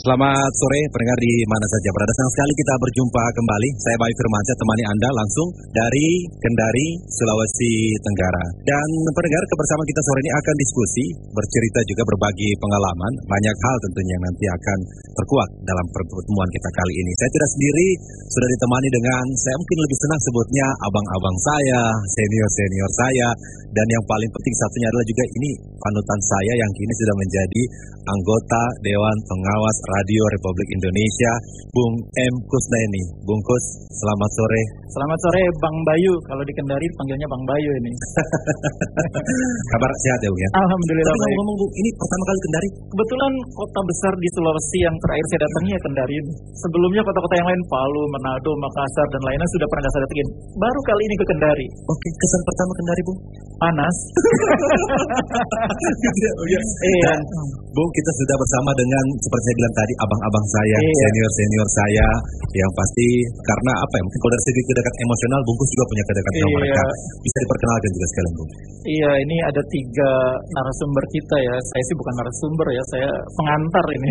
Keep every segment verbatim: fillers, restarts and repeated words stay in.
Selamat sore pendengar di mana saja berada. Senang sekali kita berjumpa kembali. Saya Bayu Firmansyah temani Anda langsung dari Kendari, Sulawesi Tenggara. Dan pendengar, kebersamaan kita sore ini akan diskusi, bercerita juga berbagi pengalaman. Banyak hal tentunya yang nanti akan terkuak dalam pertemuan kita kali ini. Saya tidak sendiri, sudah ditemani dengan, saya mungkin lebih senang sebutnya abang-abang saya, senior-senior saya. Dan yang paling penting satunya adalah juga ini panutan saya yang kini sudah menjadi anggota Dewan Pengawas Radio Republik Indonesia, Bung M. Kusnaini. Bung Kus, selamat sore. Selamat sore Bang Bayu. Kalau di Kendari panggilnya Bang Bayu ini. Kabar sehat ya Bung ya? Alhamdulillah. Tapi ngomong-ngomong Bung, ini pertama kali Kendari? Kebetulan kota besar di Sulawesi yang terakhir saya datangi ya Kendari. Sebelumnya kota-kota yang lain, Palu, Manado, Makassar, dan lainnya sudah pernah saya datangin. Baru kali ini ke Kendari. Oke, kesan pertama Kendari Bung? Panas. Oh, ya. Iya. Bung, kita sudah bersama dengan seperti saya bilang tadi, abang-abang saya, iya. senior-senior saya, yang pasti karena apa ya? Mungkin kalau dari segi kedekatan emosional, Bungkus juga punya kedekatan sama iya. mereka. Bisa diperkenalkan juga sekalian, Bung. Iya, ini ada tiga narasumber kita ya. Saya sih bukan narasumber ya, saya pengantar ini.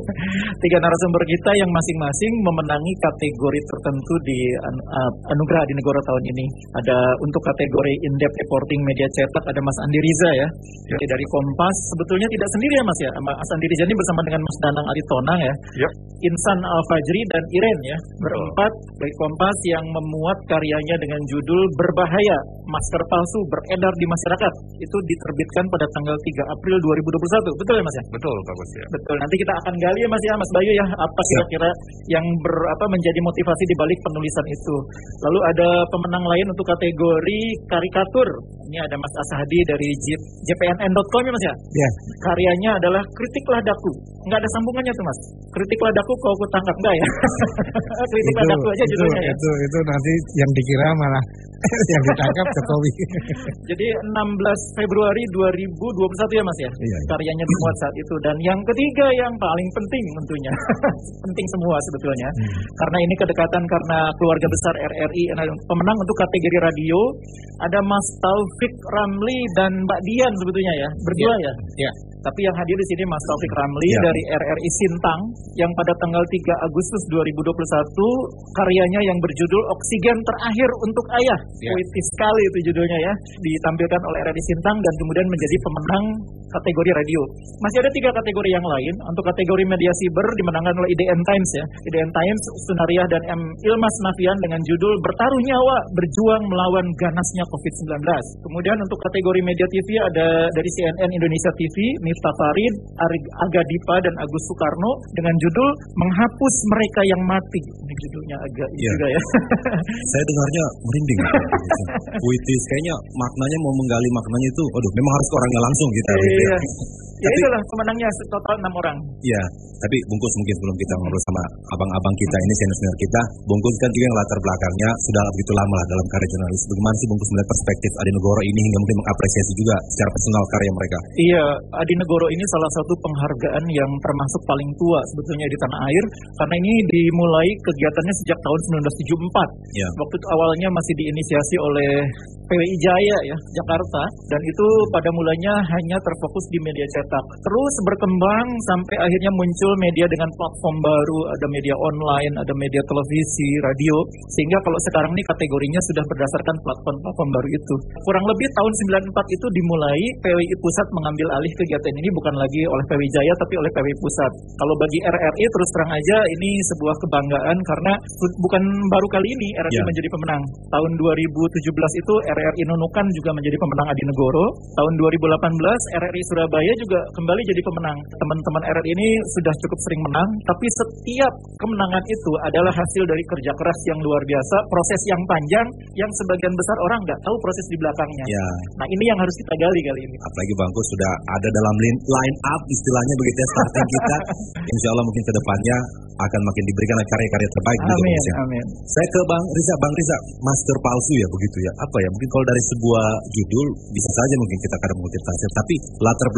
Tiga narasumber kita yang masing-masing memenangi kategori tertentu di uh, Anugerah Adinegoro tahun ini. Ada untuk kategori In-Depth Reporting Media Cetak, ada Mas Andi Riza ya. ya. Jadi dari Kompas, sebetulnya tidak sendiri ya Mas ya. Mas Andi Riza ini bersama dengan Mas Danang Aritonang ya. ya. Insan Al-Fajri dan Iren ya. Berempat dari Kompas yang memuat karyanya dengan judul Berbahaya, Masker Palsu Beredar di Masyarakat. Itu diterbitkan pada tanggal tiga April dua ribu dua puluh satu. Betul ya Mas ya? Betul Pak Gus ya. Betul. Nanti kita akan gali ya Mas ya, Mas Bayu ya, apa kira-kira yang ber, apa menjadi motivasi di balik penulisan itu. Lalu ada pemenang lain untuk kategori karikatur. Ini ada Mas Asahadi dari J P N N dot com ya Mas ya? Iya. Karyanya adalah Kritiklah Daku. Enggak ada sambungannya tuh Mas. Kritiklah Daku kau aku tangkap enggak ya? Kritiklah Daku aja itu, judulnya ya. Itu itu nanti yang dikira malah yang ditangkap Jokowi. Jadi enam belas Februari dua ribu dua puluh satu ya Mas ya? Iya. Karyanya dimuat saat itu. Dan yang ketiga yang paling penting tentunya. Penting semua sebetulnya. Hmm. Karena ini kedekatan karena keluarga besar R R I. Pemenang untuk kategori radio ada Mas Taufik Ramli dan Mbak Dian sebetulnya ya. Berdua ya? Iya. Tapi yang hadir di sini Mas Taufik Ramli ya. Dari R R I Sintang yang pada tanggal tiga Agustus dua ribu dua puluh satu karyanya yang berjudul Oksigen Terakhir Untuk Ayah. Ya. Puitis sekali itu judulnya ya. Ditampilkan oleh R R I Sintang dan kemudian menjadi pemenang kategori radio. Masih ada tiga kategori yang lain. Untuk kategori media siber dimenangkan oleh I D N Times ya. I D N Times, Sunariah dan M. Ilmas Nafian dengan judul Bertaruh Nyawa Berjuang Melawan Ganasnya covid sembilan belas. Kemudian untuk kategori media T V ada dari C N N Indonesia T V, Miftah Farid, Aga Dipa dan Agus Soekarno dengan judul Menghapus Mereka Yang Mati. Ini judulnya agak ya. juga ya. Saya dengarnya merinding. Puitis, kayaknya maknanya mau menggali maknanya itu, aduh memang harus ke orangnya langsung gitu. Iya. Ya tapi, itulah pemenangnya total enam orang. Iya, tapi Bungkus mungkin sebelum kita ngobrol sama abang-abang kita ini, senior-senior kita, Bungkus kan juga yang latar belakangnya sudah begitu lama lah dalam karya jurnalis. Bagaimana sih Bungkus melihat perspektif Adinegoro ini hingga mungkin mengapresiasi juga secara personal karya mereka? Iya, Adinegoro ini salah satu penghargaan yang termasuk paling tua sebetulnya di tanah air, karena ini dimulai kegiatannya sejak tahun seribu sembilan ratus tujuh puluh empat. Ya. Waktu itu awalnya masih diinisiasi oleh P W I Jaya ya, Jakarta, dan itu pada mulanya hanya terfokus di media cetak. Terus berkembang sampai akhirnya muncul media dengan platform baru, ada media online, ada media televisi, radio, sehingga kalau sekarang ini kategorinya sudah berdasarkan platform-platform baru itu. Kurang lebih tahun sembilan puluh empat itu dimulai P W I Pusat mengambil alih kegiatan ini, bukan lagi oleh P W I Jaya tapi oleh P W I Pusat. Kalau bagi R R I terus terang aja ini sebuah kebanggaan karena bukan baru kali ini R R I ya. menjadi pemenang. Tahun dua ribu tujuh belas itu R R I Nunukan juga menjadi pemenang Adinegoro. Tahun dua ribu delapan belas R R I Surabaya juga kembali jadi pemenang. Teman-teman R R I ini sudah cukup sering menang, tapi setiap kemenangan itu adalah hasil dari kerja keras yang luar biasa, proses yang panjang, yang sebagian besar orang nggak tahu proses di belakangnya. Ya. Nah ini yang harus kita gali kali ini. Apalagi Bangkus sudah ada dalam line up istilahnya begitu ya, starting kita. Insya Allah mungkin ke depannya akan makin diberikan karya-karya terbaik. Amin, gitu, amin. Saya ke Bang Riza, Bang Riza, masker palsu ya begitu ya. Apa ya? Mungkin kalau dari sebuah judul bisa saja mungkin kita kadang mengutip tafsir, tapi latar belakang dari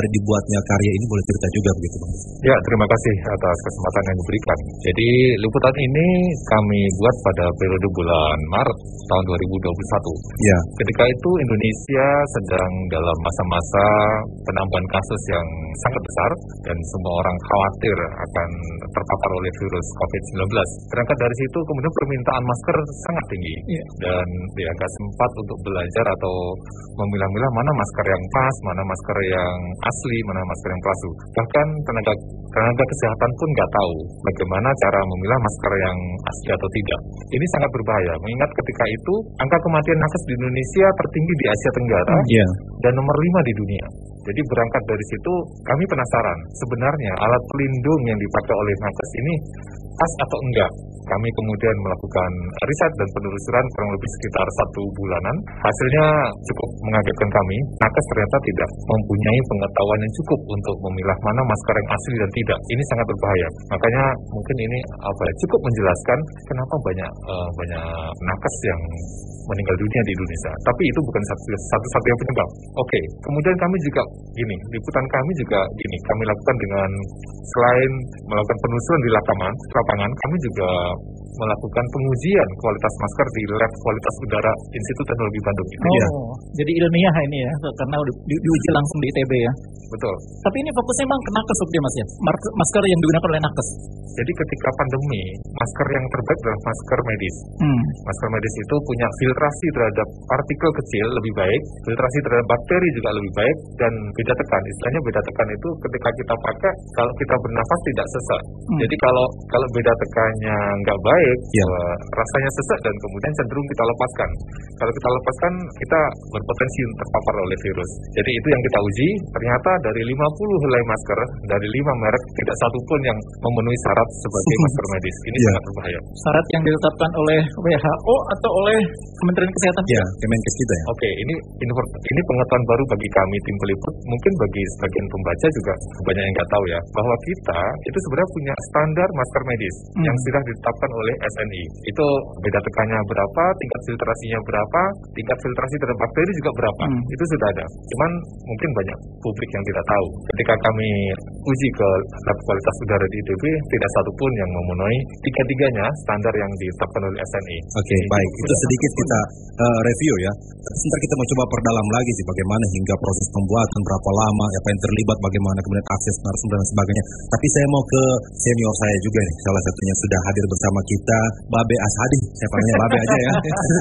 dibuatnya karya ini, boleh cerita juga begitu Bang? Ya, terima kasih atas kesempatan yang diberikan. Jadi liputan ini kami buat pada periode bulan Maret tahun dua ribu dua puluh satu. Ya. Ketika itu Indonesia sedang dalam masa-masa penambahan kasus yang sangat besar dan semua orang khawatir akan terpapar oleh virus covid sembilan belas. Berangkat dari situ kemudian permintaan masker sangat tinggi. Ya. Dan ya nggak sempat untuk belajar atau memilah-milah mana masker yang pas, mana masker yang asli, mana masker yang palsu. Bahkan tenaga tenaga kesehatan pun nggak tahu bagaimana cara memilah masker yang asli atau tidak. Ini sangat berbahaya, mengingat ketika itu angka kematian nakes di Indonesia tertinggi di Asia Tenggara yeah. dan nomor lima di dunia. Jadi berangkat dari situ kami penasaran sebenarnya alat pelindung yang dipakai oleh nakes ini pas atau enggak. Kami kemudian melakukan riset dan penelusuran kurang lebih sekitar satu bulanan. Hasilnya cukup mengagetkan kami. Nakes ternyata tidak mempunyai pengetahuan yang cukup untuk memilah mana masker yang asli dan tidak. Ini sangat berbahaya. Makanya mungkin ini apa ya, cukup menjelaskan kenapa banyak uh, banyak nakes yang meninggal dunia di Indonesia. Tapi itu bukan satu-satunya penyebab. Oke, kemudian kami juga gini, liputan kami juga gini, kami lakukan dengan selain melakukan penelusuran di lapangan, lapangan kami juga melakukan pengujian kualitas masker di lab kualitas udara Institut Teknologi Bandung. Oh, ya. Jadi ilmiah ini ya, karena di, di, diuji langsung di I T B ya. Betul. Tapi ini fokusnya memang ke nakes seperti Mas ya, masker yang digunakan oleh nakes. Jadi ketika pandemi, masker yang terbaik adalah masker medis. Hmm. Masker medis itu punya filtrasi terhadap partikel kecil lebih baik, filtrasi terhadap bakteri juga lebih baik, dan beda tekan. Istilahnya beda tekan itu ketika kita pakai, kalau kita bernafas tidak sesak. Hmm. Jadi kalau kalau beda tekannya nggak baik, ya. uh, rasanya sesak dan kemudian cenderung kita lepaskan. Kalau kita lepaskan, kita berpotensi terpapar oleh virus. Jadi itu yang kita uji. Ternyata dari lima puluh helai masker, dari lima merek, tidak satu pun yang memenuhi syarat sebagai masker medis. Ini ya. Sangat berbahaya. Syarat yang ditetapkan oleh W H O atau oleh Kementerian Kesehatan? Ya, Kemenkes kita ya. Oke, ini ini pengetahuan baru bagi kami tim peliput. Mungkin bagi sebagian pembaca juga banyak yang nggak tahu ya, bahwa kita itu sebenarnya punya standar masker medis hmm. yang sudah ditetapkan oleh S N I. Itu beda tekannya berapa, tingkat filtrasinya berapa, tingkat filtrasi terhadap bakteri juga berapa. Hmm. Itu sudah ada. Cuman mungkin banyak publik yang tidak tahu. Ketika kami uji ke lab kualitas udara di I T B, tidak satu pun yang memenuhi tiga-tiganya standar yang ditetapkan oleh S N I. Oke, okay, baik. Itu sedikit kita uh, review ya. Sebentar kita mau coba perdalam lagi sih bagaimana hingga proses pembuatan, berapa lama, apa yang terlibat, bagaimana kemudian akses narasumber dan sebagainya. Tapi saya mau ke senior saya juga nih, salah satunya sudah hadir bersama kita, Babe Ashadi. Saya panggilnya Babe aja ya.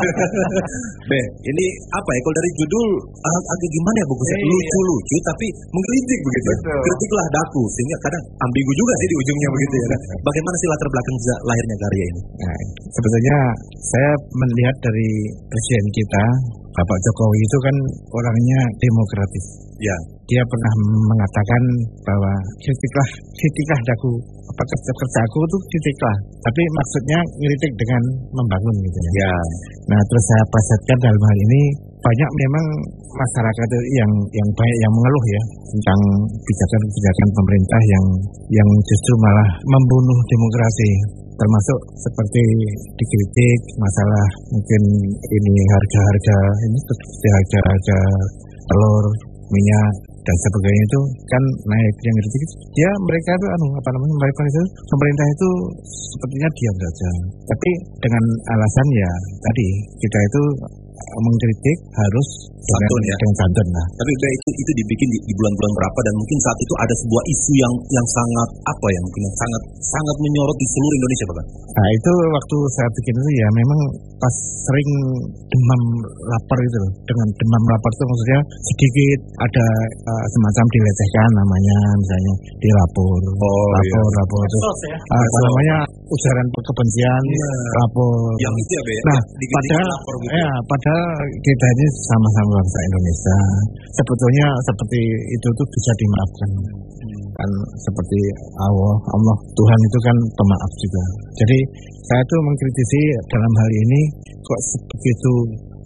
Be, ini apa ya? Kalau dari judul uh, agak gimana ya bagusnya? Hey, lucu-lucu tapi menggelitik begitu. Betul. Kritiklah daku, sehingga kadang ambigu juga sih di ujungnya begitu ya. Nah, bagaimana sih latar belakang lahirnya karya ini? Nah, sebetulnya saya melihat dari presiden kita, Bapak Jokowi itu kan orangnya demokratis. Ya. Dia pernah mengatakan bahwa kritiklah, kritiklah daku, apa kerja aku itu kritiklah. Tapi maksudnya kritik dengan membangun gitu ya. Ya. Nah, terus saya pasatkan dalam hal ini banyak memang masyarakat yang yang banyak yang mengeluh ya tentang kebijakan-kebijakan pemerintah yang yang justru malah membunuh demokrasi. Termasuk seperti dikritik masalah mungkin ini harga-harga ini seperti harga-harga telur, minyak dan sebagainya itu kan naik. Yang kritik dia mereka itu anu apa namanya mereka itu pemerintah itu sepertinya diam saja. Tapi dengan alasan ya tadi kita itu mengkritik harus santun ya, dengan santun lah. Tapi itu itu dibikin di, di bulan-bulan berapa dan mungkin saat itu ada sebuah isu yang yang sangat apa ya mungkin yang sangat sangat menyorot di seluruh Indonesia Pak. Nah itu waktu saya bikin itu ya memang pas sering demam lapar itu loh. Dengan demam lapar itu maksudnya sedikit ada uh, semacam dilecehkan namanya misalnya dilapor, oh, lapor, iya. lapor itu ya. uh, apa namanya ujaran kebencian, iya. lapor. Yang itu ya, Be, nah ya, padahal gitu. ya padahal kita ini sama-sama bangsa Indonesia. Sebetulnya seperti itu tuh bisa dimaafkan. Hmm. Kan seperti Allah, Allah Tuhan itu kan pemaaf juga. Jadi saya tuh mengkritisi dalam hal ini kok begitu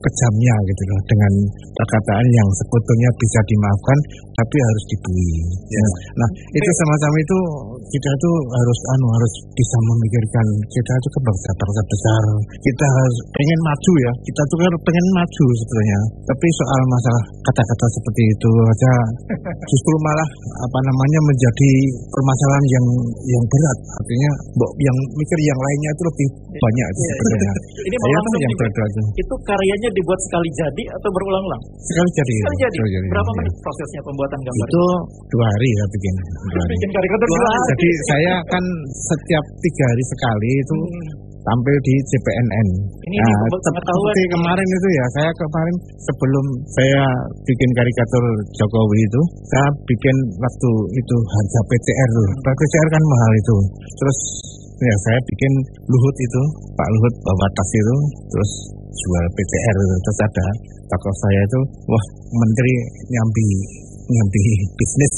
kejamnya gitu loh, dengan perkataan yang sebetulnya bisa dimaafkan tapi harus dibui. Ya. Nah, itu sama-sama itu kita tuh harus anu harus bisa memikirkan kita itu bangsa-bangsa besar. Kita harus pengen maju ya. Kita tuh kan pengen maju sebetulnya. Tapi soal masalah kata-kata seperti itu aja justru malah apa namanya menjadi permasalahan yang yang berat. Artinya yang mikir yang lainnya itu lebih banyak itu sebetulnya. Ini saya langsung yang di, itu karyanya dibuat sekali jadi atau berulang-ulang? Sekali jadi. Sekali jadi. Sekali jadi. Berapa ya. menit prosesnya pembuatan gambar? Itu dua hari ya bikin. Dua hari. Bikin karikatur dua hari. Jadi saya kan setiap tiga hari sekali itu hmm. tampil di J P N N. Ini nah, seperti kemarin itu ya, saya kemarin sebelum saya bikin karikatur Jokowi itu, saya bikin waktu itu harga P T R tuh. P T R kan mahal itu. Terus ya saya bikin Luhut itu, Pak Luhut bawa tas itu, terus jual P T R itu. Terus ada tokoh saya itu, wah menteri nyambi nyambi bisnis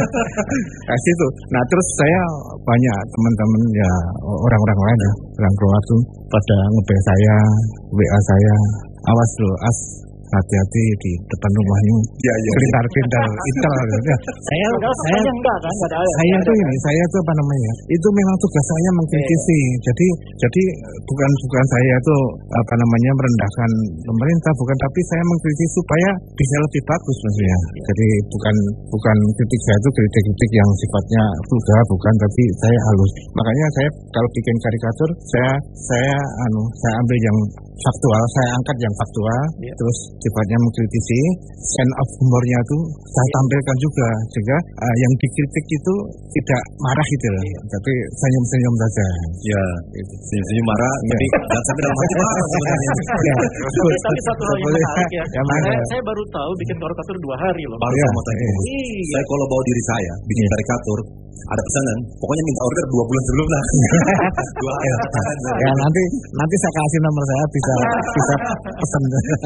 kayak situ. Nah terus saya banyak teman-teman ya orang-orang lain ya, orang keluar tuh pada nge-B saya, W A saya, awas loh as hati-hati di depan rumahnya ya, ya, pintar-pintar ya. Ital gitu. Saya saya enggak kan enggak ada. Saya tuh ini, saya tuh apa namanya? Itu memang tugas saya mengkritisi. Ya. Jadi jadi bukan bukan saya tuh apa namanya merendahkan pemerintah, bukan, tapi saya mengkritisi supaya bisa lebih bagus maksudnya. Ya. Jadi bukan bukan kritik saya itu kritik-kritik yang sifatnya vulgar, bukan, tapi saya halus. Makanya saya kalau bikin karikatur, saya saya anu saya ambil yang faktual, saya angkat yang faktual, ya. Terus sifatnya mengkritisi, sense of humornya itu saya tampilkan juga, sehingga uh, yang dikritik itu tidak marah gitu loh, ya. Tapi senyum-senyum saja. Ya, senyum-senyum marah, ya. Tapi jangan sampai dalam hati marah sebenarnya. Ya. Tapi, tapi satu hal yang menarik ya, ya saya, saya baru tahu bikin karikatur dua hari loh. Baru ya, sama saya. Iya. Saya kalau bawa diri saya bikin ya. Karikatur, ada pesanan, pokoknya minta order dua bulan sebelum lah. Dua ya. Ya nanti nanti saya kasih nomor saya bisa bisa pesan.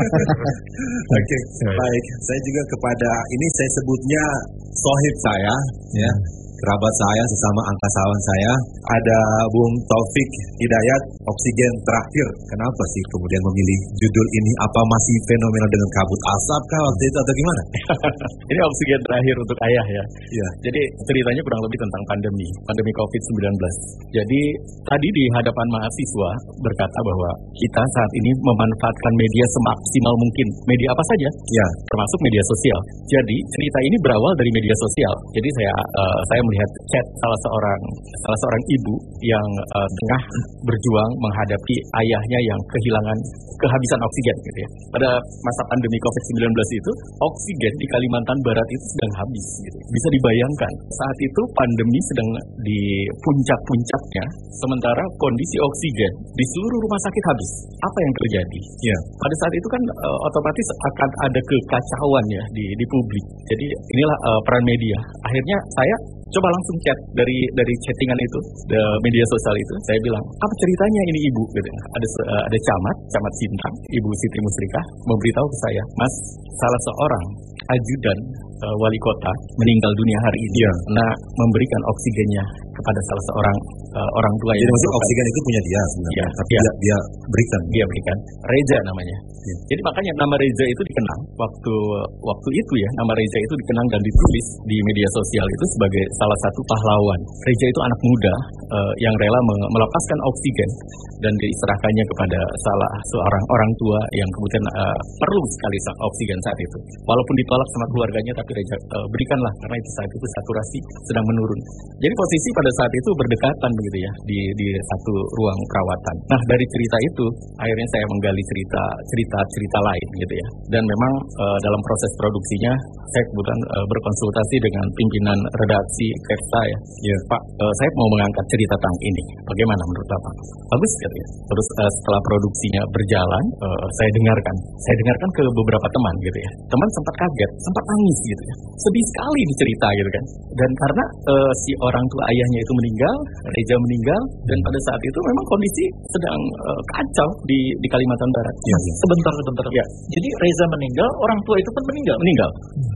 Oke, okay. Baik. Saya juga kepada ini saya sebutnya sohib saya, ya. Kerabat saya, sesama angkasawan saya, ada Bung Taufik Hidayat, Oksigen Terakhir. Kenapa sih kemudian memilih judul ini? Apa masih fenomena dengan kabut asap kah waktu itu atau gimana? Ini Oksigen Terakhir untuk ayah ya. Ya. Jadi ceritanya kurang lebih tentang pandemi, pandemi covid sembilan belas. Jadi tadi di hadapan mahasiswa berkata bahwa kita saat ini memanfaatkan media semaksimal mungkin. Media apa saja? Ya. Termasuk media sosial. Jadi cerita ini berawal dari media sosial. Jadi saya uh, saya melihat chat salah seorang salah seorang ibu yang uh, tengah berjuang menghadapi ayahnya yang kehilangan kehabisan oksigen gitu ya. Pada masa pandemi covid sembilan belas itu oksigen di Kalimantan Barat itu sedang habis gitu. Bisa dibayangkan saat itu pandemi sedang di puncak-puncaknya, sementara kondisi oksigen di seluruh rumah sakit habis. Apa yang terjadi? Ya. Pada saat itu kan uh, otomatis akan ada kekacauan ya di di publik. Jadi inilah uh, peran media. Akhirnya saya coba langsung chat dari dari chattingan itu, the media sosial itu, saya bilang, apa ceritanya ini ibu? Gitu. Ada uh, ada camat, camat Sintang, Ibu Siti Musrikah, memberitahu ke saya, Mas, salah seorang ajudan uh, wali kota meninggal dunia hari ini, ya. Karena memberikan oksigennya kepada salah seorang uh, orang tua. Jadi maksud oksigen itu punya dia sebenarnya, ya, tapi ya. dia, dia berikan. Dia berikan. Reza namanya. Ya. Jadi makanya nama Reza itu dikenang waktu waktu itu ya, nama Reza itu dikenang dan ditulis di media sosial itu sebagai salah satu pahlawan. Reza itu anak muda uh, yang rela me- melepaskan oksigen dan diserahkannya kepada salah seorang orang tua yang kemudian uh, perlu sekali oksigen saat itu. Walaupun ditolak sama keluarganya, tapi Reza uh, berikanlah karena itu saat itu saturasi sedang menurun. Jadi posisi pada saat itu berdekatan begitu ya di di satu ruang perawatan. Nah dari cerita itu akhirnya saya menggali cerita cerita cerita lain gitu ya. Dan memang uh, dalam proses produksinya saya kebetulan uh, berkonsultasi dengan pimpinan redaksi Kefta ya. Ya. Pak, uh, saya mau mengangkat cerita tentang ini. Bagaimana menurut Bapak? Bagus gitu ya. Terus uh, setelah produksinya berjalan, uh, saya dengarkan. Saya dengarkan ke beberapa teman gitu ya. Teman sempat kaget, sempat nangis gitu ya. Sedih sekali dicerita gitu kan. Dan karena uh, si orang tua ayahnya itu meninggal, Reza meninggal, dan pada saat itu memang kondisi sedang uh, kacau di di Kalimantan Barat. Ya, ya. Sebentar, sebentar. Ya. Jadi Reza meninggal, orang tua itu pun meninggal. Meninggal.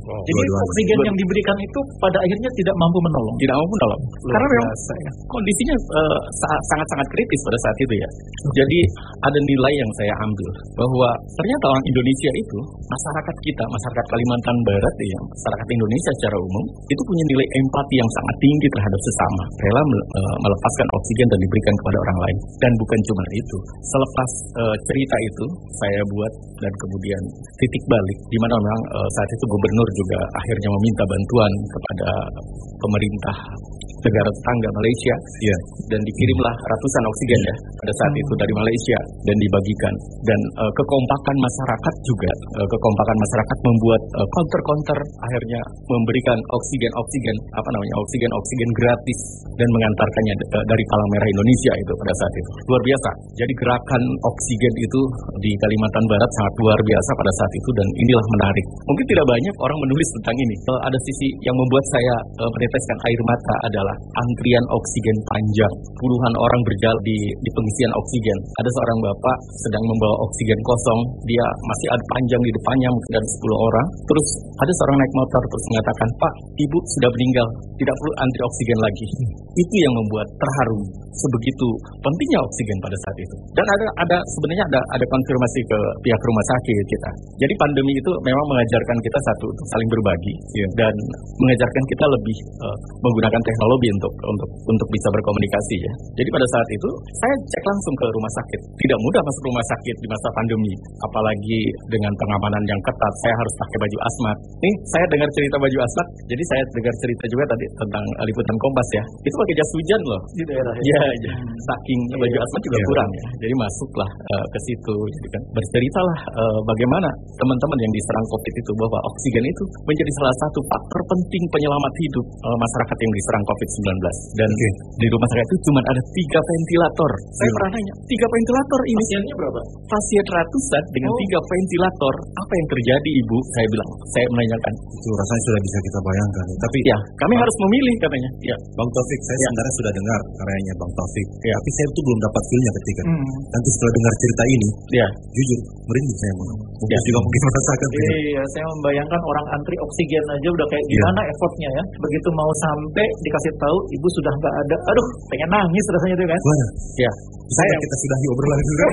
Oh, Jadi dua-duanya. Oksigen dua yang diberikan itu pada akhirnya tidak mampu menolong. Tidak mampu menolong. Karena memang ya. kondisinya uh, sangat-sangat kritis pada saat itu ya. Jadi ada nilai yang saya ambil bahwa ternyata orang Indonesia itu, masyarakat kita, masyarakat Kalimantan Barat ya, masyarakat Indonesia secara umum itu punya nilai empati yang sangat tinggi terhadap sesama, rela uh, melepaskan oksigen dan diberikan kepada orang lain. Dan bukan cuma itu. Selepas uh, cerita itu saya buat dan kemudian titik balik di mana memang uh, saat itu gubernur juga akhirnya meminta bantuan kepada pemerintah negara tetangga Malaysia, ya, dan dikirimlah ratusan oksigen ya pada saat itu dari Malaysia dan dibagikan. Dan uh, kekompakan masyarakat juga, uh, kekompakan masyarakat membuat uh, counter-counter akhirnya memberikan oksigen-oksigen, apa namanya, oksigen-oksigen gratis dan mengantarkannya uh, dari Palang Merah Indonesia itu pada saat itu. Luar biasa. Jadi gerakan oksigen itu di Kalimantan Barat sangat luar biasa pada saat itu dan inilah menarik. Mungkin tidak banyak orang menulis tentang ini. Uh, ada sisi yang membuat saya uh, meneteskan air mata adalah antrian oksigen panjang. Puluhan orang berjalan di, di pengisian oksigen. Ada seorang bapak sedang membawa oksigen kosong. Dia masih ada panjang di depannya, mungkin ada sepuluh orang. Terus ada seorang naik motor terus mengatakan, "Pak, ibu sudah meninggal. Tidak perlu antri oksigen lagi." Itu yang membuat terharu. Sebegitu pentingnya oksigen pada saat itu. Dan ada ada sebenarnya ada ada konfirmasi ke pihak rumah sakit kita. Jadi pandemi itu memang mengajarkan kita satu untuk saling berbagi, ya, dan mengajarkan kita lebih uh, menggunakan teknologi untuk untuk untuk bisa berkomunikasi ya. Jadi pada saat itu saya cek langsung ke rumah sakit. Tidak mudah masuk rumah sakit di masa pandemi, apalagi dengan pengamanan yang ketat. Saya harus pakai baju asmat. Nih saya dengar cerita baju asmat. Jadi saya dengar cerita juga tadi tentang liputan Kompas ya. Itu pakai jas hujan loh di daerah ya. Ya, ya. Saking ya, baju asmat juga ya, kurang ya. Jadi masuklah uh, ke situ. Jadi kan berceritalah uh, bagaimana teman-teman yang diserang COVID itu bahwa oksigen itu menjadi salah satu faktor penting penyelamat hidup uh, masyarakat yang diserang COVID sembilan belas. Dan okay, di rumah sakit itu cuma ada tiga ventilator. Saya pernah nanya, tiga ventilator ini. Pasiennya berapa? Pasien ratusan dengan oh. tiga ventilator. Apa yang terjadi, Ibu? Saya bilang, saya menanyakan. Itu rasanya sudah bisa kita bayangkan. Tapi ya, kami Bang, harus memilih katanya. Ya, Bang Taufik, saya ya. sebenarnya sudah dengar karyanya Bang Taufik. Ya. Tapi saya itu belum dapat feel-nya ketika. Hmm. Nanti setelah dengar cerita ini, ya, jujur merinding saya. Mungkin ya. juga mungkin merasakan. Iya, saya membayangkan orang antri oksigen aja udah kayak gimana ya. effortnya ya. Begitu mau sampai dikasih tahu ibu sudah nggak ada, aduh pengen nangis rasanya itu kan. Mana? Ya, saya kita sudah obrolan juga.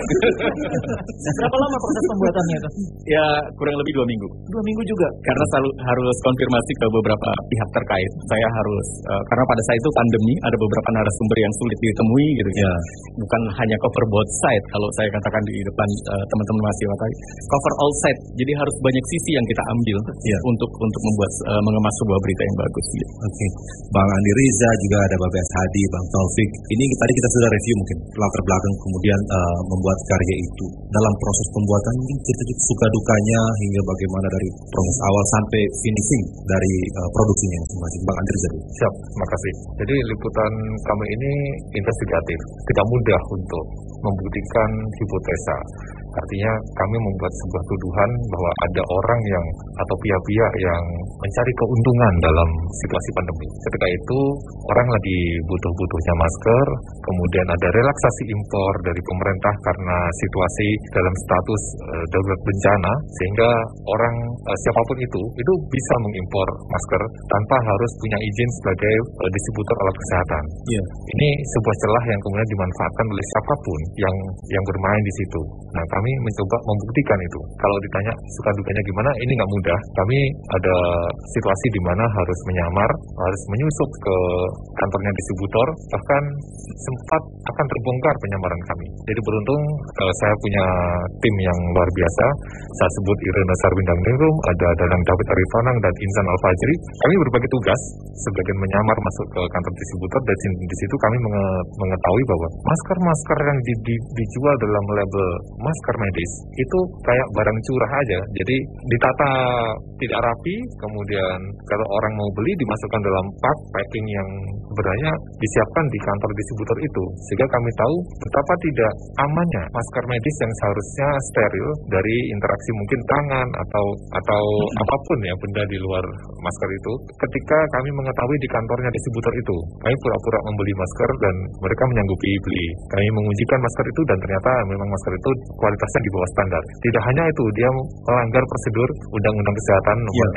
Berapa lama proses pembuatannya itu? Ya kurang lebih dua minggu. Dua minggu juga. Karena selalu harus konfirmasi ke beberapa pihak terkait. Saya harus uh, karena pada saat itu pandemi ada beberapa narasumber yang sulit ditemui gitu ya. Bukan hanya cover both side kalau saya katakan di depan uh, teman-teman mahasiswa tadi. Cover all side. Jadi harus banyak sisi yang kita ambil ya. untuk untuk membuat uh, mengemas sebuah berita yang bagus. Gitu. Oke. Okay. Bang Andi Riza juga ada Babes Hadi, Bang Taufik. Ini tadi kita sudah review mungkin latar belakang kemudian uh, membuat karya itu. Dalam proses pembuatan mungkin cerita suka dukanya hingga bagaimana dari proses awal sampai finishing dari uh, produksinya masing-masing. Bang Andi Riza. Siap, terima kasih. Jadi liputan kami ini investigatif, tidak mudah untuk membuktikan hipotesa. Artinya kami membuat sebuah tuduhan bahwa ada orang yang atau pihak-pihak yang mencari keuntungan dalam situasi pandemi. Ketika itu orang lagi butuh-butuhnya masker, kemudian ada relaksasi impor dari pemerintah karena situasi dalam status uh, darurat bencana, sehingga orang uh, siapapun itu itu bisa mengimpor masker tanpa harus punya izin sebagai uh, distributor alat kesehatan. Yeah. Ini sebuah celah yang kemudian dimanfaatkan oleh siapapun yang yang bermain di situ. Nah, kami mencoba membuktikan itu. Kalau ditanya suka dukanya gimana, ini nggak mudah. Kami ada situasi di mana harus menyamar, harus menyusup ke kantornya distributor, bahkan sempat akan terbongkar penyamaran kami. Jadi beruntung uh, saya punya tim yang luar biasa. Saya sebut Irena Sarwindang-Ningrum, ada Danang David Aritonang dan Insan Al-Fajri. Kami berbagi tugas, sebagian menyamar masuk ke kantor distributor, dan di situ kami mengetahui bahwa masker-masker yang di, di, dijual dalam label masker medis itu kayak barang curah aja. Jadi ditata tidak rapi, kemudian kalau orang mau beli dimasukkan dalam pak packing yang sebenarnya disiapkan di kantor distributor itu. Sehingga kami tahu betapa tidak amannya masker medis yang seharusnya steril dari interaksi mungkin tangan atau atau apapun ya benda di luar masker itu. Ketika kami mengetahui di kantornya distributor itu, kami pura-pura membeli masker dan mereka menyanggupi beli. Kami mengujikan masker itu dan ternyata memang masker itu kualitasnya di bawah standar. Tidak hanya itu, dia melanggar prosedur Undang-Undang Kesehatan nomor ya. tiga puluh enam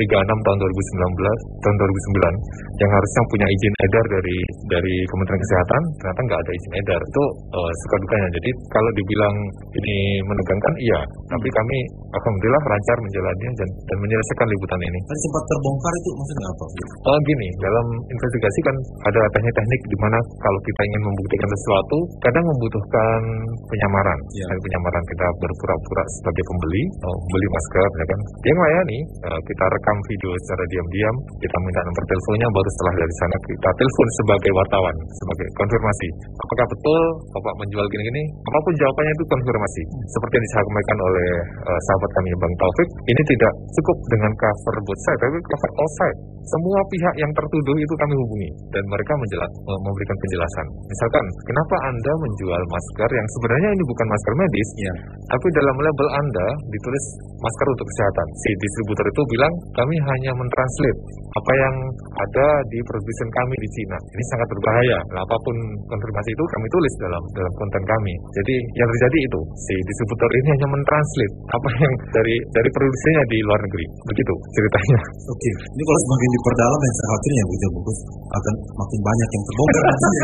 tahun dua ribu sembilan belas, tahun dua ribu sembilan yang harusnya punya izin edar dari dari Kementerian Kesehatan, ternyata nggak ada izin edar. Itu uh, suka dukanya. Jadi kalau dibilang ini menegangkan, iya. Tapi kami alhamdulillah lancar menjalaninya dan, dan menyelesaikan liputan ini. Tadi sempat terbongkar itu maksudnya apa? Oh gini, dalam investigasi kan ada teknik-teknik di mana kalau kita ingin membuktikan sesuatu, kadang membutuhkan penyamaran. Ya. Dan penyamaran kita berpura-pura sebagai pembeli, oh, beli masker, ya kan? Dia melayani, uh, kita rekam video secara diam-diam, kita minta nomor teleponnya, baru setelah dari sana kita telepon sebagai wartawan, sebagai konfirmasi. Apakah betul Bapak menjual gini-gini? Apapun jawabannya itu konfirmasi. Seperti yang disampaikan oleh uh, sahabat kami Bang Taufik, ini tidak cukup dengan cover both side, tapi cover all side. Semua pihak yang tertuduh itu kami hubungi dan mereka menjelas, memberikan penjelasan. Misalkan, kenapa Anda menjual masker yang sebenarnya ini bukan masker medis, ya, tapi dalam label Anda ditulis masker untuk kesehatan. Si distributor itu bilang, kami hanya mentranslate apa yang ada di produsen kami di Cina. Ini sangat berbahaya. Nah, apapun konfirmasi itu kami tulis dalam dalam konten kami. Jadi yang terjadi itu, si distributor ini hanya mentranslate apa yang dari dari produsennya di luar negeri. Begitu ceritanya. Oke, ini kalau semakin diperdalam yang saya khawatirnya begitu bungkus akan makin banyak yang terbongkar.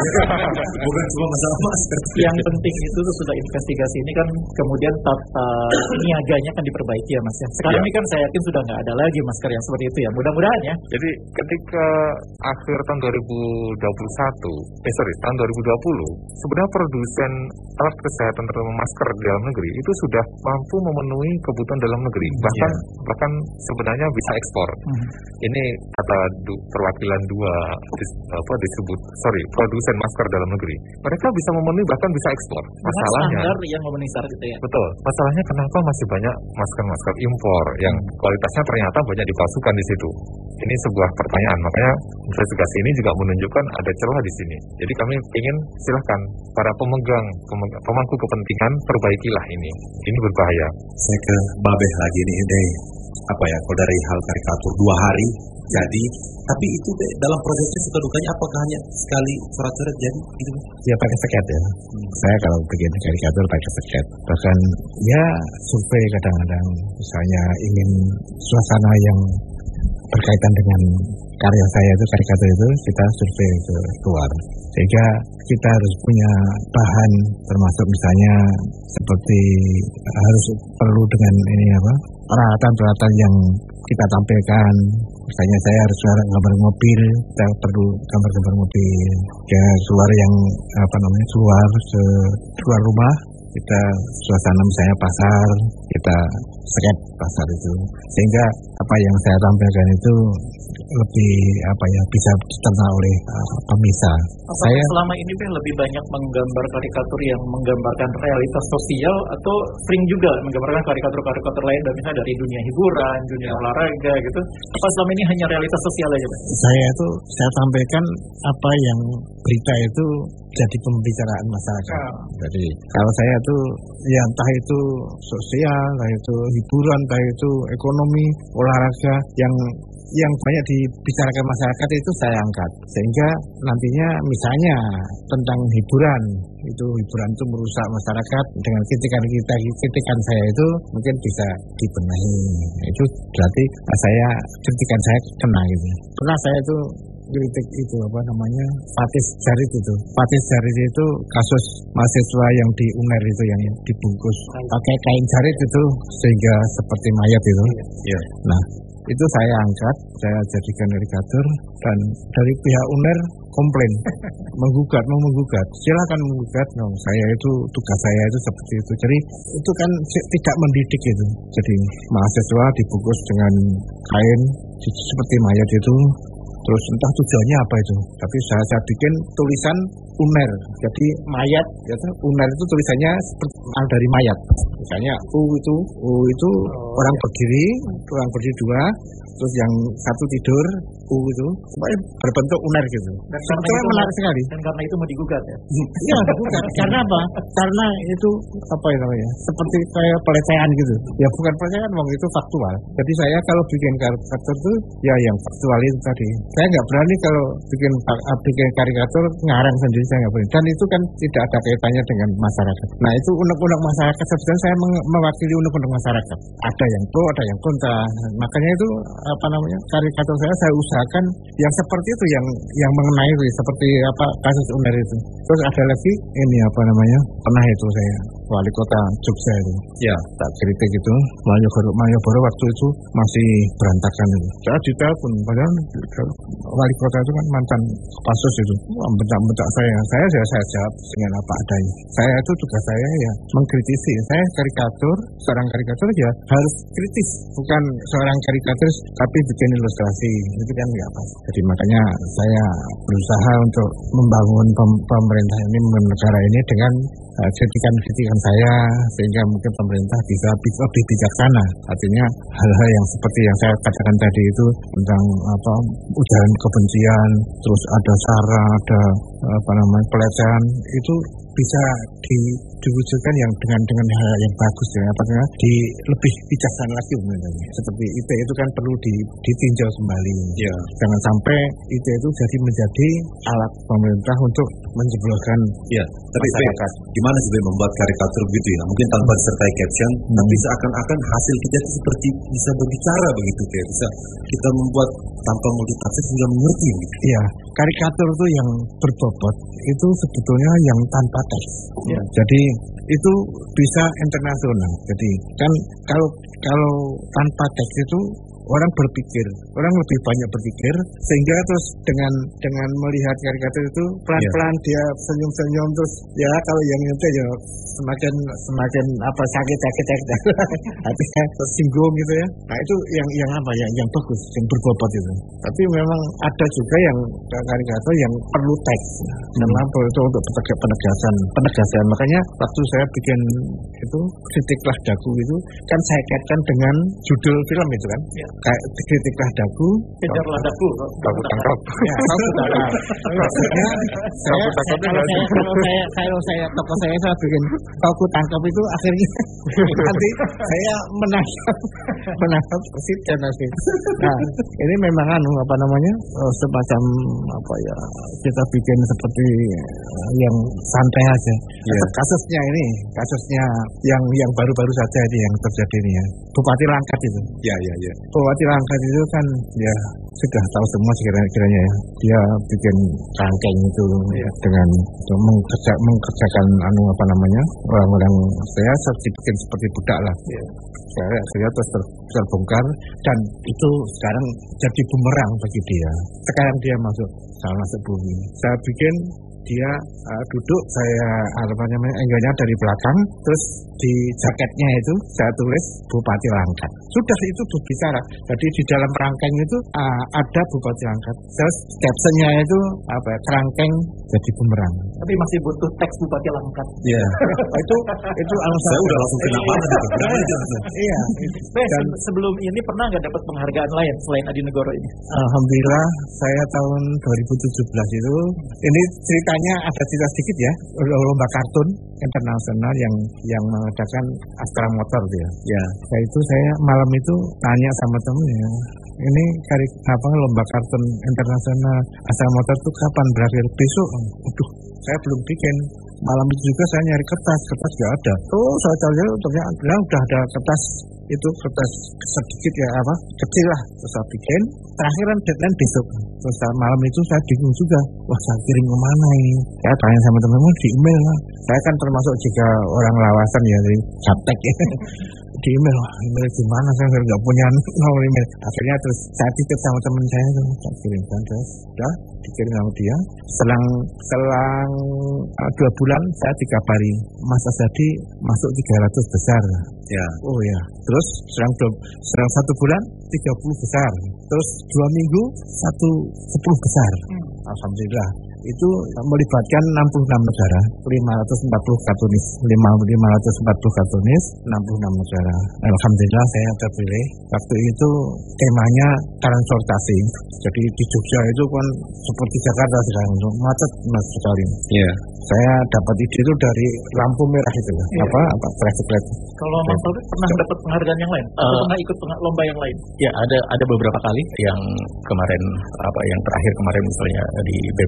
Bukan cuma masalah masker. Yang penting itu sudah investigasi ini kan kemudian tata niaganya kan diperbaiki ya Mas ya. Sekarang ya. Ini kan saya yakin sudah nggak ada lagi masker yang seperti itu ya. Mudah-mudahan ya. Jadi ketika akhir tahun dua ribu dua puluh satu, eh sorry tahun dua ribu dua puluh, sebenarnya produsen alat kesehatan terutama masker di dalam negeri itu sudah mampu memenuhi kebutuhan dalam negeri. Bahkan ya. bahkan sebenarnya bisa ekspor. Hmm. Ini kata du, perwakilan dua dis, apa disebut sorry produsen masker dalam negeri. Mereka bisa memenuhi bahkan bisa ekspor. Masalahnya standar yang memenuhi syarat itu ya. Betul. Masalahnya kenapa masih banyak masker-masker impor yang kualitasnya ternyata banyak dipalsukan di situ. Ini sebuah pertanyaan. Makanya investigasi ini juga menunjukkan ada celah di sini. Jadi kami ingin silahkan para pemegang, pemegang pemangku kepentingan perbaikilah ini. Ini berbahaya. Saya ke Babeh lagi nih deh. Apa ya? Kalau dari hal karikatur dua hari jadi, tapi itu deh, dalam prosesnya suka dukanya apakah hanya sekali surat-surat jadi gitu? Ya pakai seket ya. Hmm. Saya kalau bikin karikatur pakai seket. Bahkan ya survei kadang-kadang misalnya ingin suasana yang berkaitan dengan karya saya itu, karikatur itu, kita survei ke luar. Sehingga kita harus punya bahan, termasuk misalnya seperti harus perlu dengan ini apa, peralatan-peralatan yang kita tampilkan. Misalnya saya harus gambar mobil, kita perlu gambar-gambar mobil. Ya keluar yang apa namanya keluar ke keluar rumah, kita suasana misalnya pasar, kita sket pasar itu. Sehingga apa yang saya tampilkan itu lebih apa ya bisa dicerna oleh uh, pemirsa. Saya selama ini kan lebih banyak menggambar karikatur yang menggambarkan realitas sosial atau sering juga menggambarkan karikatur-karikatur lain dari misalnya dari dunia hiburan, dunia olahraga gitu. Apa selama ini hanya realitas sosial aja, Pak? Saya itu saya sampaikan apa yang berita itu jadi pembicaraan masyarakat. Ah. Jadi kalau saya itu ya entah itu sosial, entah itu hiburan, entah itu ekonomi, olahraga yang yang banyak dibicarakan masyarakat itu saya angkat. Sehingga nantinya misalnya tentang hiburan, itu hiburan itu merusak masyarakat, dengan kritikan kita, kritikan saya itu mungkin bisa dibenahi. Itu berarti saya kritikan saya kena gitu. Pernah saya itu kritik itu apa namanya Fatis Jarit itu. Fatis Jarit itu kasus mahasiswa yang di U N E R itu yang dibungkus pakai kain jarit itu sehingga seperti mayat itu. Ya. Nah, itu saya angkat, saya jadikan karikatur dan dari pihak U N E R komplain, menggugat, mau menggugat, silakan menggugat. No, saya itu tugas saya itu seperti itu. Jadi itu kan tidak mendidik itu. Jadi mahasiswa dibungkus dengan kain seperti mayat itu. Terus entah tujuannya apa itu, tapi saya, saya bikin tulisan U N E R. Jadi mayat, ya, U N E R itu tulisannya seperti dari mayat. Misalnya U itu, U itu oh, orang ya. berdiri, orang berdiri dua, terus yang satu tidur, U itu, semuanya berbentuk U N E R gitu. Dan sebetulnya itu menarik sekali. Dan karena itu mau digugat ya? Iya, digugat. Karena apa? Karena itu apa ya namanya? Seperti kayak pelecehan gitu. Ya bukan pelecehan, wong itu faktual. Jadi saya kalau bikin karikatur itu, ya yang faktual itu tadi. Saya nggak berani kalau bikin bikin karikatur ngarang sendiri, saya nggak berani. Dan itu kan tidak ada kaitannya dengan masyarakat. Nah itu unek-unek masyarakat, sebetulnya saya mewakili unek-unek masyarakat. Ada ada yang pro, ada yang kontra. Makanya itu apa namanya karikatur saya saya usahakan yang seperti itu, yang yang mengenai itu, seperti apa kasus Uner itu. Terus ada lagi ini apa namanya pernah itu saya wali kota Jogja itu, ya tak kritik itu Malioboro, Malioboro waktu itu masih berantakan itu. Saya ditelepon, padahal wali kota itu kan mantan Kopassus itu, bentak-bentak saya, saya saya saya jawab dengan apa adanya. Saya itu tugas saya ya mengkritisi. Saya karikatur, seorang karikatur ya harus kritis, bukan seorang karikaturis tapi bikin ilustrasi, itu kan nggak pas. Jadi makanya saya berusaha untuk membangun pem- pemerintah ini, negara ini dengan uh, kritikan-kritikan saya, sehingga mungkin pemerintah bisa lebih bijaksana. Artinya hal-hal yang seperti yang saya katakan tadi itu tentang apa ujaran kebencian, terus ada sara, ada apa namanya pelecehan, itu bisa di, diwujudkan yang dengan dengan hal yang bagus ya, apakah di lebih bijaksana lagi sebenarnya. Seperti I T E itu kan perlu di, ditinjau kembali. Ya. Jangan sampai I T E itu jadi menjadi alat pemerintah untuk menjebloskan ya. Tapi masyarakat. Gimana sih membuat karikatur begitu ya? Mungkin tanpa disertai caption, hmm. tapi seakan-akan hasil kita itu seperti bisa berbicara begitu ya. Bisa kita membuat tanpa multitafsir sehingga mengerti gitu. Iya, karikatur itu yang berbobot itu sebetulnya yang tanpa teks. Ya. Jadi itu bisa internasional. Jadi kan kalau kalau tanpa teks itu orang berpikir, orang lebih banyak berpikir, sehingga terus dengan dengan melihat karikatur itu pelan-pelan yeah. dia senyum-senyum, terus ya kalau yang itu ya semakin semakin apa sakit-sakit hatinya tersinggung gitu ya. Nah itu yang yang apa ya yang bagus, yang berbobot itu. Tapi memang ada juga yang karikatur yang perlu teks, memang hmm. itu untuk penegasan penegasan. Makanya waktu saya bikin itu Kritiklah Daku itu kan saya kaitkan dengan judul film itu kan. Yeah. Kayak Kritiklah Daku, kejarlah daku, daku tangkap. Ya, daku tangkap. Maksudnya saya, saya, kalau saya kalau saya kalau saya tokoh saya saya bikin daku tangkap itu akhirnya nanti saya menangkap menangkap si dan nasib. Nah, ini memang anu apa namanya semacam apa ya kita bikin seperti yang santai aja. Yeah. Kasusnya ini, kasusnya yang yang baru-baru saja ini yang terjadi ini ya. Bupati Langkat itu. Ya, ya, ya. Bupati Langkat itu kan ya sudah tahu semua sekiranya ya. Dia bikin rangkeng itu ya, dengan mengkerja, mengkerjakan anu apa namanya orang-orang saya dibikin seperti budak lah. Ya. Saya saya terus ter, terbongkar dan itu sekarang jadi bumerang bagi dia. Sekarang dia masuk, saya masuk bumi. Saya bikin dia uh, duduk, saya apa namanya enggaknya dari belakang, terus di jaketnya itu saya tulis Bupati Langkat. Sudah itu berbicara. Jadi di dalam rangkeng itu uh, ada Bupati Langkat. Terus captionnya itu apa? Kerangkeng jadi bumerang. Tapi masih butuh teks Bupati Langkat. Iya. itu itu alasan. Saya udah langsung kena mana gitu. Iya. Dan sebelum ini pernah nggak dapat penghargaan lain selain Adi Negoro ini? Alhamdulillah saya tahun dua ribu tujuh belas itu ini ceritanya ada cerita sedikit ya, lomba kartun internasional yang yang mengadakan Astra Motor ya. Ya. Saya itu saya malam itu tanya sama temen ya, ini kari apa lomba kartun internasional Astra Motor itu kapan berakhir? Besok. Aduh, saya belum bikin. Malam itu juga saya nyari kertas, kertas nggak ada. Oh, saya cari ternyata udah ada kertas itu kertas sedikit ya apa kecil lah, terus saya bikin. Terakhiran deadline besok. Terus malam itu saya bingung juga, wah saya kirim kemana ini? Saya tanya sama teman-teman di email lah. Saya kan termasuk juga orang lawasan ya dari Captek ya. Di email, wah email gimana, saya nggak punya nomor email. Akhirnya terus saya titip sama teman saya tuh, saya kirimkan terus, udah dikirim sama dia. Selang selang uh, dua bulan saya dikabari Mas Azadi masuk tiga ratus besar. Ya. Oh ya. Terus selang dua, selang satu bulan tiga puluh besar. Terus dua minggu satu sepuluh besar. Hmm. Alhamdulillah. Itu melibatkan enam puluh enam negara, lima ratus empat puluh kartunis, lima ratus empat puluh kartunis, enam puluh enam negara. Alhamdulillah saya terpilih. Waktu itu temanya transportasi. Jadi di Jogja itu kan seperti Jakarta sekarang, macet mas sekali. Iya. Yeah. Saya dapat ide itu dari lampu merah itu, yeah. apa apa traffic light. Kalau Mas Taufik pernah dapat penghargaan yang lain? Atau uh, pernah ikut lomba yang lain? Ya ada ada beberapa kali yang kemarin apa yang terakhir kemarin misalnya di B P J S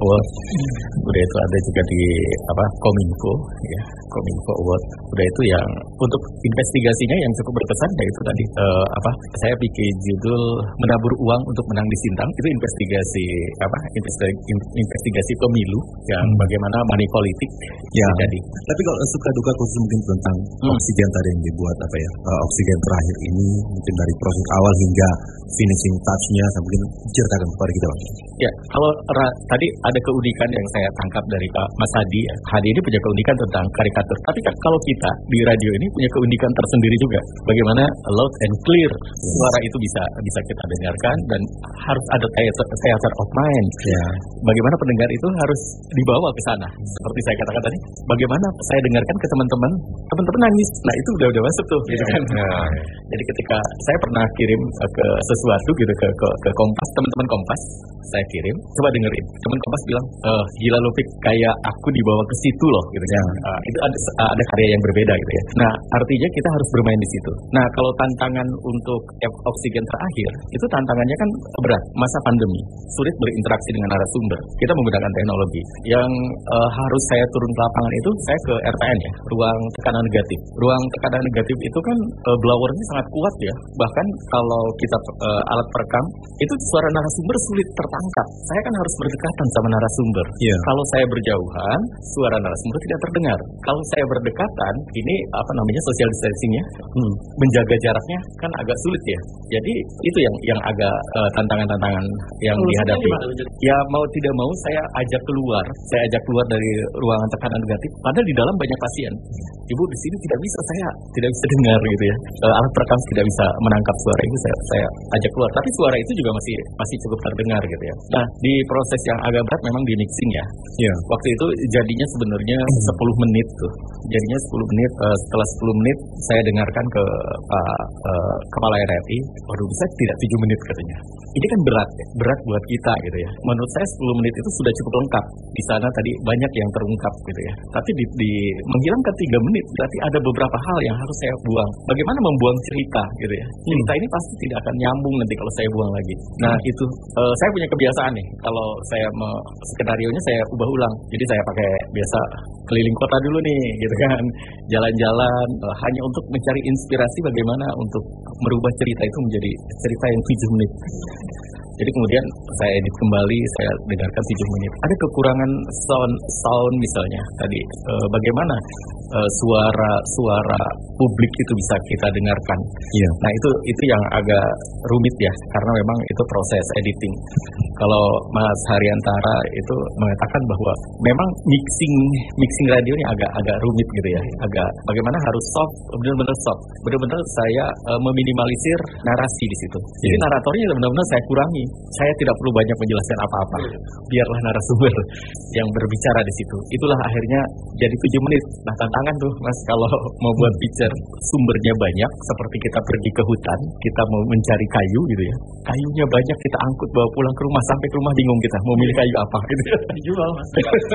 Award. Udah itu ada juga di apa Kominfo, ya Kominfo Award. Udah itu yang untuk investigasinya yang cukup berkesan, yaitu tadi uh, apa saya bikin judul menabur uang untuk menang di Sintang. Itu investigasi apa investigasi, investigasi pemilu yang hmm. bagaimana money politik ya. Jadi. Tapi kalau suka duka khusus mungkin tentang hmm. oksigen tadi yang dibuat apa ya uh, oksigen terakhir ini mungkin dari proses awal hingga finishing touch-nya, mungkin ceritakan kepada kita Bang. Ya, kalau ra- tadi ada keunikan yang saya tangkap dari Pak Mas Hadi. Ya. Hadi ini punya keunikan tentang karikatur. Tapi kan kalau kita di radio ini punya keunikan tersendiri juga. Bagaimana loud and clear suara itu bisa bisa kita dengarkan dan harus ada theater, theater of mind. Ya. Bagaimana pendengar itu harus dibawa ke sana. Seperti saya katakan tadi, bagaimana saya dengarkan ke teman-teman, teman-teman nangis. Nah, itu udah udah masuk tuh gitu kan. Ya. Jadi ketika saya pernah kirim ke sesuatu gitu ke ke, ke Kompas, teman-teman Kompas, saya kirim, coba dengerin. Teman Kompas bilang, eh, gila lu Fik, kayak aku dibawa ke situ loh, gitu kan. Uh, itu ada, ada karya yang berbeda gitu ya. Nah, artinya kita harus bermain di situ. Nah, kalau tantangan untuk oksigen terakhir, itu tantangannya kan berat. Masa pandemi, sulit berinteraksi dengan narasumber. Kita menggunakan teknologi. Yang uh, harus saya turun ke lapangan itu, saya ke R P N ya, ruang tekanan negatif. Ruang tekanan negatif itu kan uh, blowernya sangat kuat ya. Bahkan kalau kita uh, alat perekam, itu suara narasumber sulit tertangkap. Saya kan harus berdekatan sama narasumber. Yeah. Kalau saya berjauhan, suara narasumber tidak terdengar. Kalau saya berdekatan, ini apa namanya social distancing-nya, hmm, menjaga jaraknya kan agak sulit ya. Jadi itu yang yang agak uh, tantangan-tantangan yang oh, dihadapi. Ya mau tidak mau saya ajak keluar, saya ajak keluar dari ruangan tekanan negatif. Padahal di dalam banyak pasien. Ibu di sini tidak bisa, saya tidak bisa dengar gitu ya. Uh, alat perekam tidak bisa menangkap suara itu, saya saya ajak keluar. Tapi suara itu juga masih masih cukup terdengar gitu ya. Nah, di proses yang agak berat memang di mixing ya. Yeah. Waktu itu jadinya sebenarnya sepuluh menit tuh. Jadinya sepuluh menit, uh, setelah sepuluh menit saya dengarkan ke Pak uh, Kepala R R I, waduh bisa tidak tujuh menit katanya. Ini kan berat ya, berat buat kita gitu ya. Menurut saya sepuluh menit itu sudah cukup lengkap. Di sana tadi banyak yang terungkap gitu ya. Tapi di, di menghilangkan tiga menit berarti ada beberapa hal yang harus saya buang. Bagaimana membuang cerita gitu ya. Cerita hmm. ini pasti tidak akan nyambung nanti kalau saya buang lagi. Nah, hmm. itu uh, saya punya kebiasaan nih. Kalau saya mau skenario-nya saya ubah ulang. Jadi saya pakai biasa keliling kota dulu nih gitu kan. Jalan-jalan uh, hanya untuk mencari inspirasi bagaimana untuk merubah cerita itu menjadi cerita yang tujuh menit. Jadi kemudian saya edit kembali, saya dengarkan tujuh menit. Ada kekurangan sound sound misalnya tadi. E, bagaimana e, suara suara publik itu bisa kita dengarkan. Iya. Nah itu itu yang agak rumit ya, karena memang itu proses editing. Kalau Mas Hariyantara itu mengatakan bahwa memang mixing mixing radio ini agak agak rumit gitu ya, agak bagaimana harus soft, benar-benar soft, benar-benar saya e, meminimalisir narasi di situ. Jadi yeah. naratornya benar-benar saya kurangi. Saya tidak perlu banyak menjelaskan apa-apa. Biarlah narasumber yang berbicara di situ. Itulah akhirnya jadi tujuh menit. Nah tantangan tuh Mas kalau mau buat picture sumbernya banyak, seperti kita pergi ke hutan, kita mau mencari kayu gitu ya. Kayunya banyak kita angkut bawa pulang ke rumah, sampai ke rumah bingung kita mau milih kayu apa gitu. Dijual Mas.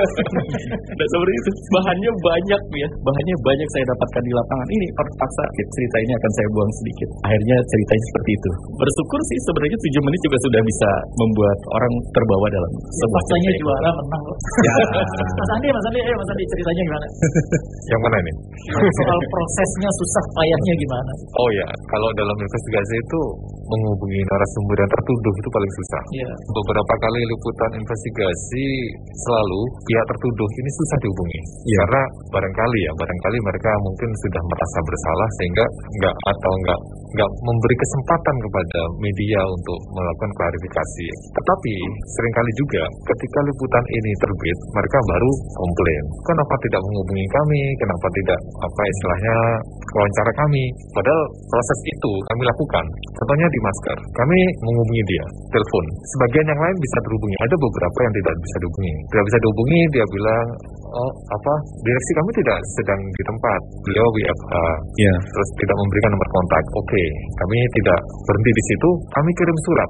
Nah seperti itu. Bahannya banyak ya. Bahannya banyak saya dapatkan di lapangan. Ini terpaksa cerita ini akan saya buang sedikit. Akhirnya ceritanya seperti itu. Bersyukur sih sebenarnya tujuh menit juga sudah bisa membuat orang terbawa dalam sebuah faktanya juara menang loh. Ya. Mas Andi, Mas Andi, ayo Mas Andi ceritanya gimana? Yang mana nih? Soal prosesnya susah payahnya gimana? Oh ya, kalau dalam investigasi itu menghubungi narasumber yang tertuduh itu paling susah. Ya. Beberapa kali liputan investigasi selalu pihak tertuduh ini susah dihubungi. Ya. Karena barangkali ya, barangkali mereka mungkin sudah merasa bersalah sehingga enggak atau enggak enggak memberi kesempatan kepada media untuk melakukan klarifikasi. Tetapi seringkali juga ketika liputan ini terbit, mereka baru komplain. Kenapa tidak menghubungi kami? Kenapa tidak apa istilahnya wawancara kami? Padahal proses itu kami lakukan. Contohnya di masker, kami menghubungi dia, telepon. Sebagian yang lain bisa terhubungi. Ada beberapa yang tidak bisa dihubungi. Tidak bisa dihubungi, dia bilang, oh apa direksi kami tidak sedang di tempat. Beliau W F H. Yeah. Terus tidak memberikan nomor kontak. Oke, okay, kami tidak berhenti di situ. Kami kirim surat, kirim surat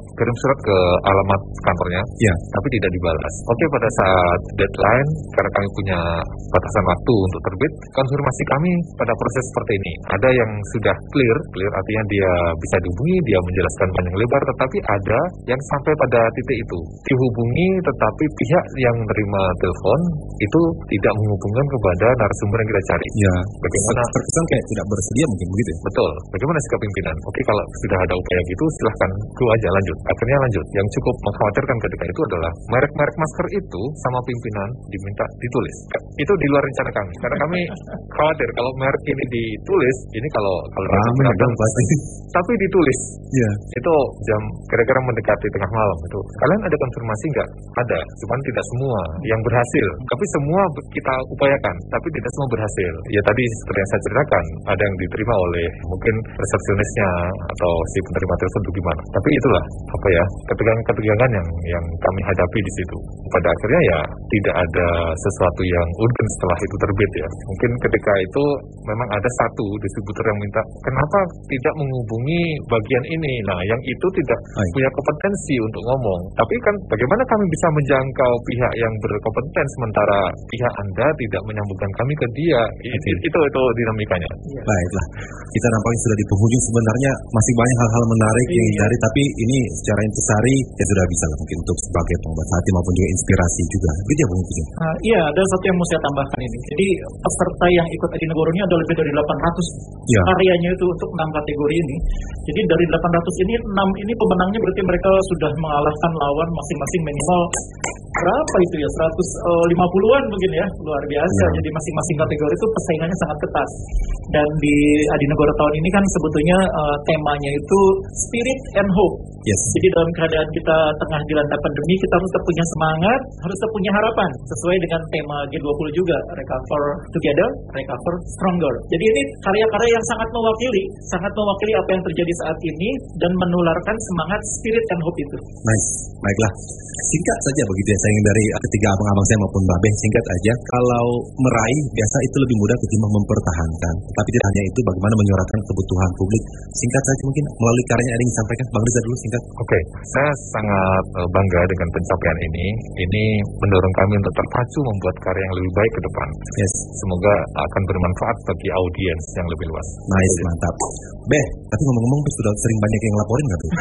surat ke alamat kantornya, ya. tapi tidak dibalas. Oke, pada saat deadline, karena kami punya batasan waktu untuk terbit, konfirmasi kami pada proses seperti ini. Ada yang sudah clear, clear artinya dia bisa dihubungi, dia menjelaskan panjang lebar, tetapi ada yang sampai pada titik itu. Dihubungi, tetapi pihak yang menerima telepon itu tidak menghubungkan kepada narasumber yang kita cari. Ya, bagaimana? Terkesan kayak tidak bersedia mungkin begitu. Betul. Bagaimana sikap pimpinan? Oke, kalau sudah ada upaya gitu, silahkan go aja lanjut. Akhirnya lanjut. Yang cukup mengkhawatirkan ketika itu adalah merek-merek masker itu sama pimpinan diminta ditulis. Itu di luar rencana kami. Karena kami khawatir kalau merek ini ditulis, ini kalau kalau ramai dong pasti. Tapi ditulis. Iya. Itu jam kira-kira mendekati tengah malam itu. Kalian ada konfirmasi nggak? Ada. Cuman tidak semua yang berhasil. Tapi semua kita upayakan, tapi tidak semua berhasil. Ya tadi seperti yang saya ceritakan, ada yang diterima oleh mungkin resepsionisnya atau si penerima telepon itu gimana. Tapi itulah apa ya ketegangan-ketegangan yang yang kami hadapi di situ. Pada akhirnya ya tidak ada sesuatu yang urgent setelah itu terbit ya. Mungkin ketika itu memang ada satu distributor yang minta kenapa tidak menghubungi bagian ini. Nah, yang itu tidak Hai. punya kompetensi untuk ngomong. Tapi kan bagaimana kami bisa menjangkau pihak yang berkompeten sementara pihak Anda tidak menyambungkan kami ke dia. Itu itu, itu dinamikanya. Ya. Baiklah. Kita nampaknya sudah di penghujung, sebenarnya masih banyak hal-hal menarik yang dihindari, tapi ini secara intisari ya sudah bisa lah mungkin untuk sebagai pengobat hati maupun juga inspirasi juga. Gitu ya Bung Kusin. Uh, iya, ada satu yang mau saya tambahkan ini. Jadi peserta yang ikut Adinegoro ini ada lebih dari delapan ratus ya. Karyanya itu untuk enam kategori ini. Jadi dari delapan ratus ini, enam ini pemenangnya berarti mereka sudah mengalahkan lawan masing-masing minimal berapa itu ya, seratus lima puluhan mungkin ya, luar biasa. Ya. Jadi masing-masing kategori itu persaingannya sangat ketat. Dan di Adinegoro tahun ini kan sebetulnya uh, temanya itu Spirit and Hope. Yes. Jadi dalam keadaan kita tengah dilanda pandemi, kita harus tetap punya semangat, harus tetap punya harapan. Sesuai dengan tema G dua puluh juga, Recover Together, Recover Stronger. Jadi ini karya-karya yang sangat mewakili, sangat mewakili apa yang terjadi saat ini dan menularkan semangat Spirit and Hope itu. Nice, baiklah. Singkat saja begitu ya, sayang dari ketiga abang-abang saya maupun Mbak Beh, singkat aja. Kalau meraih biasa itu lebih mudah ketimbang mempertahankan. Tapi tidak hanya itu, bagaimana menyuarakan kebutuhan publik. Singkat saja mungkin melalui karyanya ada yang disampaikan. Bang Riza dulu singkat. Oke, okay. Saya sangat bangga dengan pencapaian ini. Ini mendorong kami untuk terpacu membuat karya yang lebih baik ke depan. Yes. Semoga akan bermanfaat bagi audiens yang lebih luas. Nice, Jadi. Mantap. Beh, tapi ngomong-ngomong tuh sudah sering banyak yang laporin nggak tuh?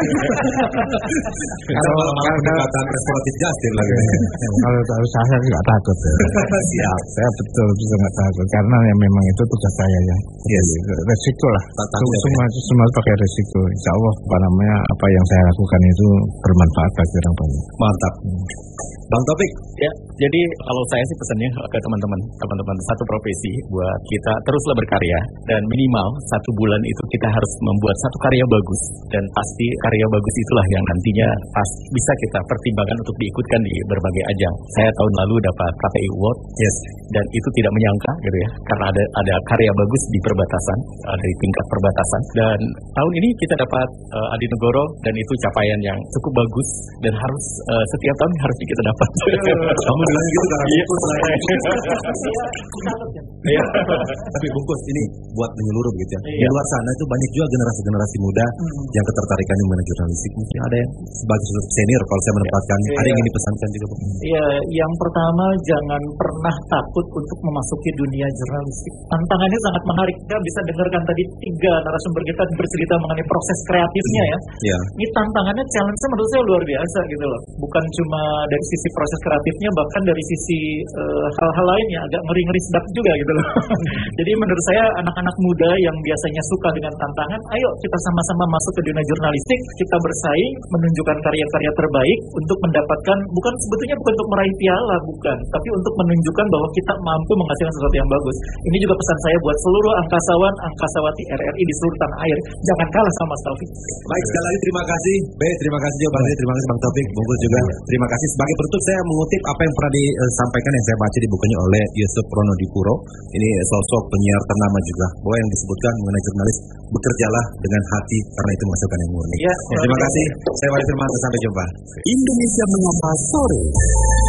Karena malam-malam pendekatan restoratif justice lagi. Kalau tahu saya nggak takut. Siap. Saya betul bisa nggak takut karena yang memang itu tugas saya ya. Yes. Resiko lah. Semua semua pakai resiko. Insya Allah apa namanya apa yang saya lakukan itu bermanfaat bagi orang banyak. Mantap. Bang Taufik. Ya, jadi kalau saya sih pesannya ke teman-teman, teman-teman satu profesi buat kita teruslah berkarya dan minimal satu bulan itu kita harus membuat satu karya bagus dan pasti karya bagus itulah yang nantinya pas bisa kita pertimbangkan untuk diikutkan di berbagai ajang. Saya tahun lalu dapat K P I Award, yes, dan itu tidak menyangka gitu ya, karena ada ada karya bagus di perbatasan, dari tingkat perbatasan, dan tahun ini kita dapat uh, Adinegoro dan itu capaian yang cukup bagus dan harus uh, setiap tahun harus kita dapat. Kamu bilang gitu karena bungkus lah. Iya. Tapi bungkus ini buat menyeluruh gitu ya. Di luar sana itu banyak juga generasi-generasi muda yang ketertarikan dengan jurnalistik. Mungkin ada yang sebagai senior kalau saya menempatkan. Ada yang ingin dipesankan juga. Iya, yang pertama jangan pernah takut untuk memasuki dunia jurnalistik. Tantangannya sangat menarik. Kita bisa dengarkan tadi tiga narasumber kita bercerita mengenai proses kreatifnya ya. Iya. Ini tantangannya, challenge-nya menurut saya luar biasa gitu loh. Bukan cuma dari sisi proses kreatifnya, bahkan dari sisi uh, hal-hal lain yang agak ngeri-ngeri sedap juga gitu loh. Jadi menurut saya anak-anak muda yang biasanya suka dengan tantangan, ayo kita sama-sama masuk ke dunia jurnalistik, kita bersaing, menunjukkan karya-karya terbaik untuk mendapatkan, bukan sebetulnya bukan untuk meraih piala, bukan, tapi untuk menunjukkan bahwa kita mampu menghasilkan sesuatu yang bagus. Ini juga pesan saya buat seluruh angkasawan, angkasawati R R I di seluruh tanah air, jangan kalah sama Mas Taufik. Baik, sekali lagi terima kasih B, terima kasih juga Bang Rizal, terima kasih Bang Taufik, bungkus juga terima kasih. Sebagai penutup saya mengutip apa yang pernah disampaikan yang saya baca di bukunya oleh Yusuf Pronodipuro. Ini sosok penyiar ternama juga, bahwa yang disebutkan mengenai jurnalis, bekerjalah dengan hati karena itu menghasilkan yang murni. Ya, terima kasih. Saya Wali Firman, sampai jumpa. Indonesia Menyapa Sore.